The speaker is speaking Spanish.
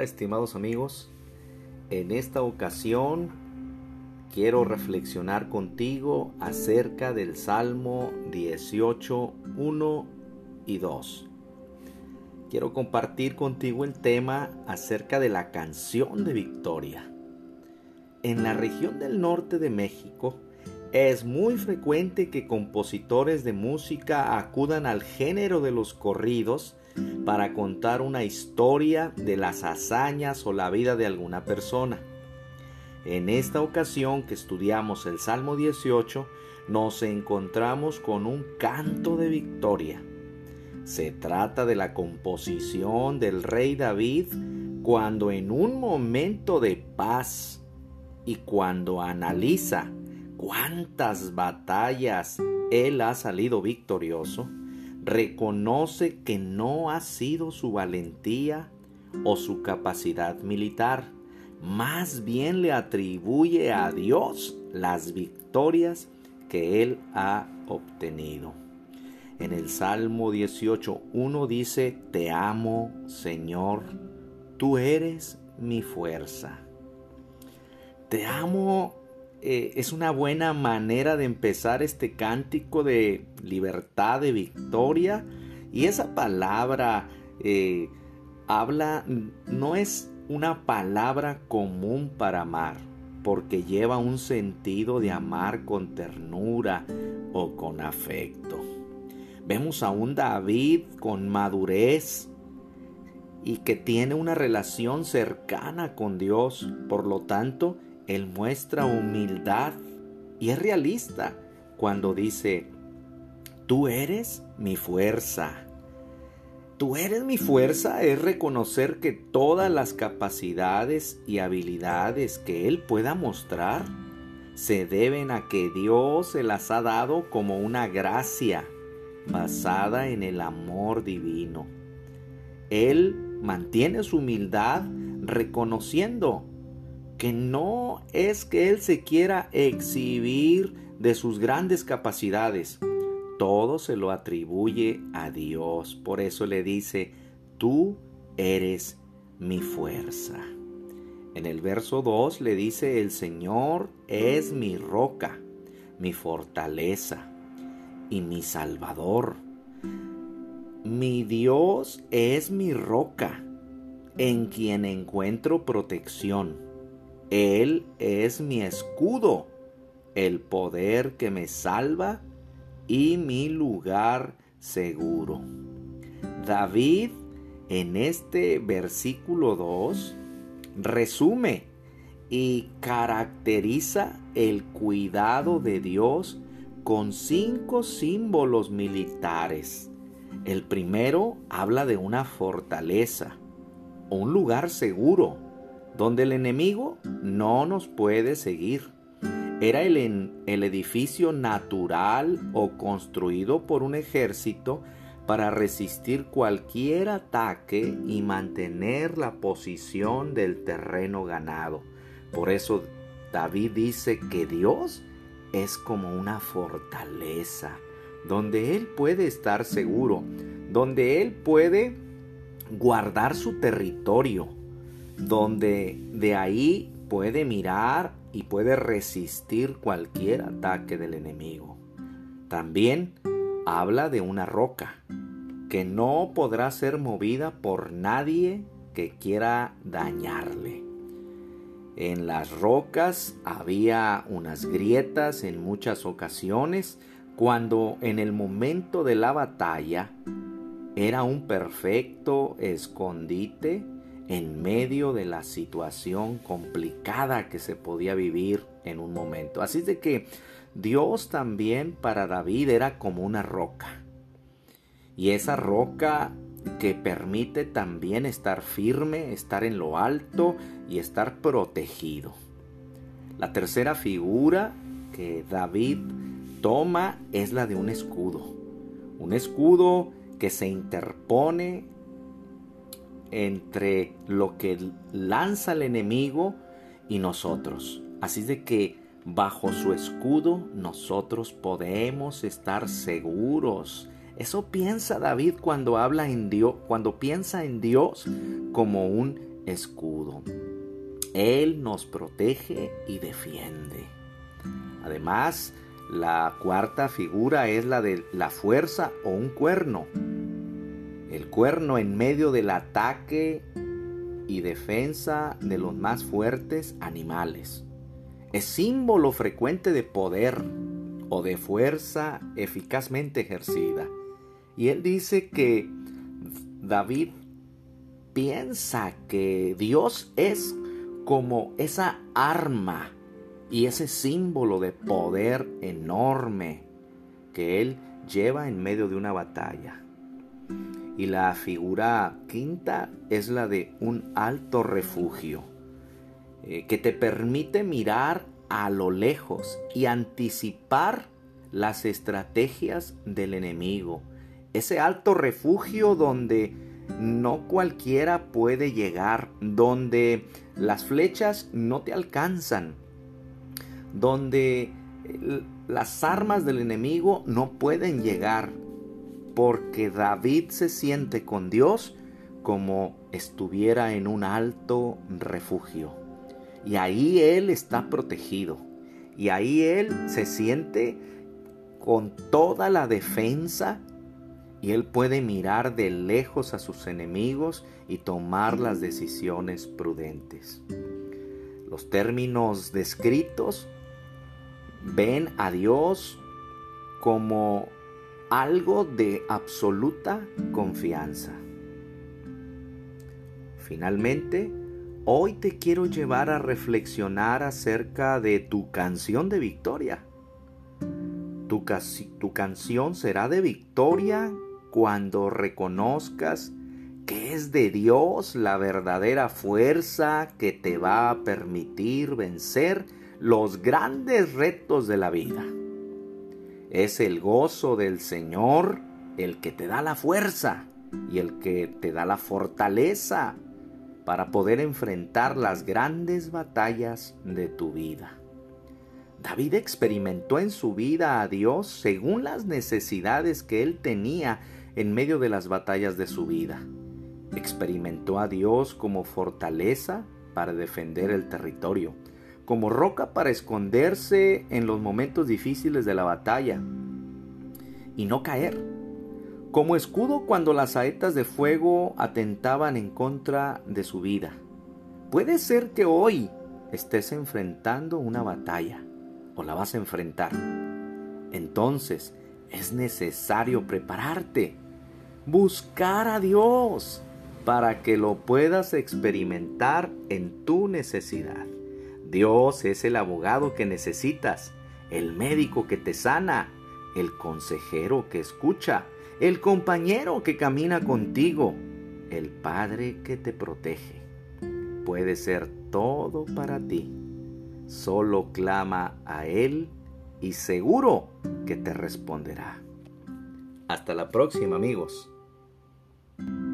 estimados amigos. En esta ocasión quiero reflexionar contigo acerca del Salmo 18, 1 y 2. Quiero compartir contigo el tema acerca de la canción de victoria. En la región del norte de México es muy frecuente que compositores de música acudan al género de los corridos para contar una historia de las hazañas o la vida de alguna persona. En esta ocasión que estudiamos el Salmo 18, nos encontramos con un canto de victoria. Se trata de la composición del rey David cuando en un momento de paz y cuando analiza cuántas batallas él ha salido victorioso, reconoce que no ha sido su valentía o su capacidad militar, más bien le atribuye a Dios las victorias que él ha obtenido. En el Salmo 18:1 dice: Te amo, Señor, tú eres mi fuerza. Te amo es una buena manera de empezar este cántico de libertad, de victoria. Y esa palabra no es una palabra común para amar, porque lleva un sentido de amar con ternura o con afecto. Vemos a un David con madurez y que tiene una relación cercana con Dios. Por lo tanto, él muestra humildad y es realista cuando dice: tú eres mi fuerza. Tú eres mi fuerza es reconocer que todas las capacidades y habilidades que él pueda mostrar se deben a que Dios se las ha dado como una gracia basada en el amor divino. Él mantiene su humildad reconociendo que no es que él se quiera exhibir de sus grandes capacidades. Todo se lo atribuye a Dios. Por eso le dice: tú eres mi fuerza. En el verso 2 le dice: el Señor es mi roca, mi fortaleza y mi salvador. Mi Dios es mi roca, en quien encuentro protección. Él es mi escudo, el poder que me salva y mi lugar seguro. David, en este versículo 2, resume y caracteriza el cuidado de Dios con 5 símbolos militares. El primero habla de una fortaleza, un lugar seguro, donde el enemigo no nos puede seguir. Era el edificio natural o construido por un ejército para resistir cualquier ataque y mantener la posición del terreno ganado. Por eso David dice que Dios es como una fortaleza, donde él puede estar seguro, donde él puede guardar su territorio, donde de ahí puede mirar y puede resistir cualquier ataque del enemigo. También habla de una roca que no podrá ser movida por nadie que quiera dañarle. En las rocas había unas grietas en muchas ocasiones, cuando en el momento de la batalla era un perfecto escondite en medio de la situación complicada que se podía vivir en un momento. Así de que Dios también para David era como una roca. Y esa roca que permite también estar firme, estar en lo alto y estar protegido. La tercera figura que David toma es la de un escudo. Un escudo que se interpone entre lo que lanza el enemigo y nosotros. Así de que bajo su escudo nosotros podemos estar seguros. Eso piensa David cuando habla en Dios, cuando piensa en Dios como un escudo. Él nos protege y defiende. Además, la cuarta figura es la de la fuerza o un cuerno. El cuerno en medio del ataque y defensa de los más fuertes animales. Es símbolo frecuente de poder o de fuerza eficazmente ejercida. Y él dice que David piensa que Dios es como esa arma y ese símbolo de poder enorme que él lleva en medio de una batalla. Y la figura quinta es la de un alto refugio, que te permite mirar a lo lejos y anticipar las estrategias del enemigo. Ese alto refugio donde no cualquiera puede llegar, donde las flechas no te alcanzan, donde las armas del enemigo no pueden llegar, porque David se siente con Dios como estuviera en un alto refugio. Y ahí él está protegido. Y ahí él se siente con toda la defensa. Y él puede mirar de lejos a sus enemigos y tomar las decisiones prudentes. Los términos descritos ven a Dios como algo de absoluta confianza. Finalmente, hoy te quiero llevar a reflexionar acerca de tu canción de victoria. Tu canción será de victoria cuando reconozcas que es de Dios la verdadera fuerza que te va a permitir vencer los grandes retos de la vida. Es el gozo del Señor el que te da la fuerza y el que te da la fortaleza para poder enfrentar las grandes batallas de tu vida. David experimentó en su vida a Dios según las necesidades que él tenía en medio de las batallas de su vida. Experimentó a Dios como fortaleza para defender el territorio, como roca para esconderse en los momentos difíciles de la batalla y no caer, como escudo cuando las saetas de fuego atentaban en contra de su vida. Puede ser que hoy estés enfrentando una batalla o la vas a enfrentar. Entonces es necesario prepararte, buscar a Dios para que lo puedas experimentar en tu necesidad. Dios es el abogado que necesitas, el médico que te sana, el consejero que escucha, el compañero que camina contigo, el Padre que te protege. Puede ser todo para ti. Solo clama a Él y seguro que te responderá. Hasta la próxima, amigos.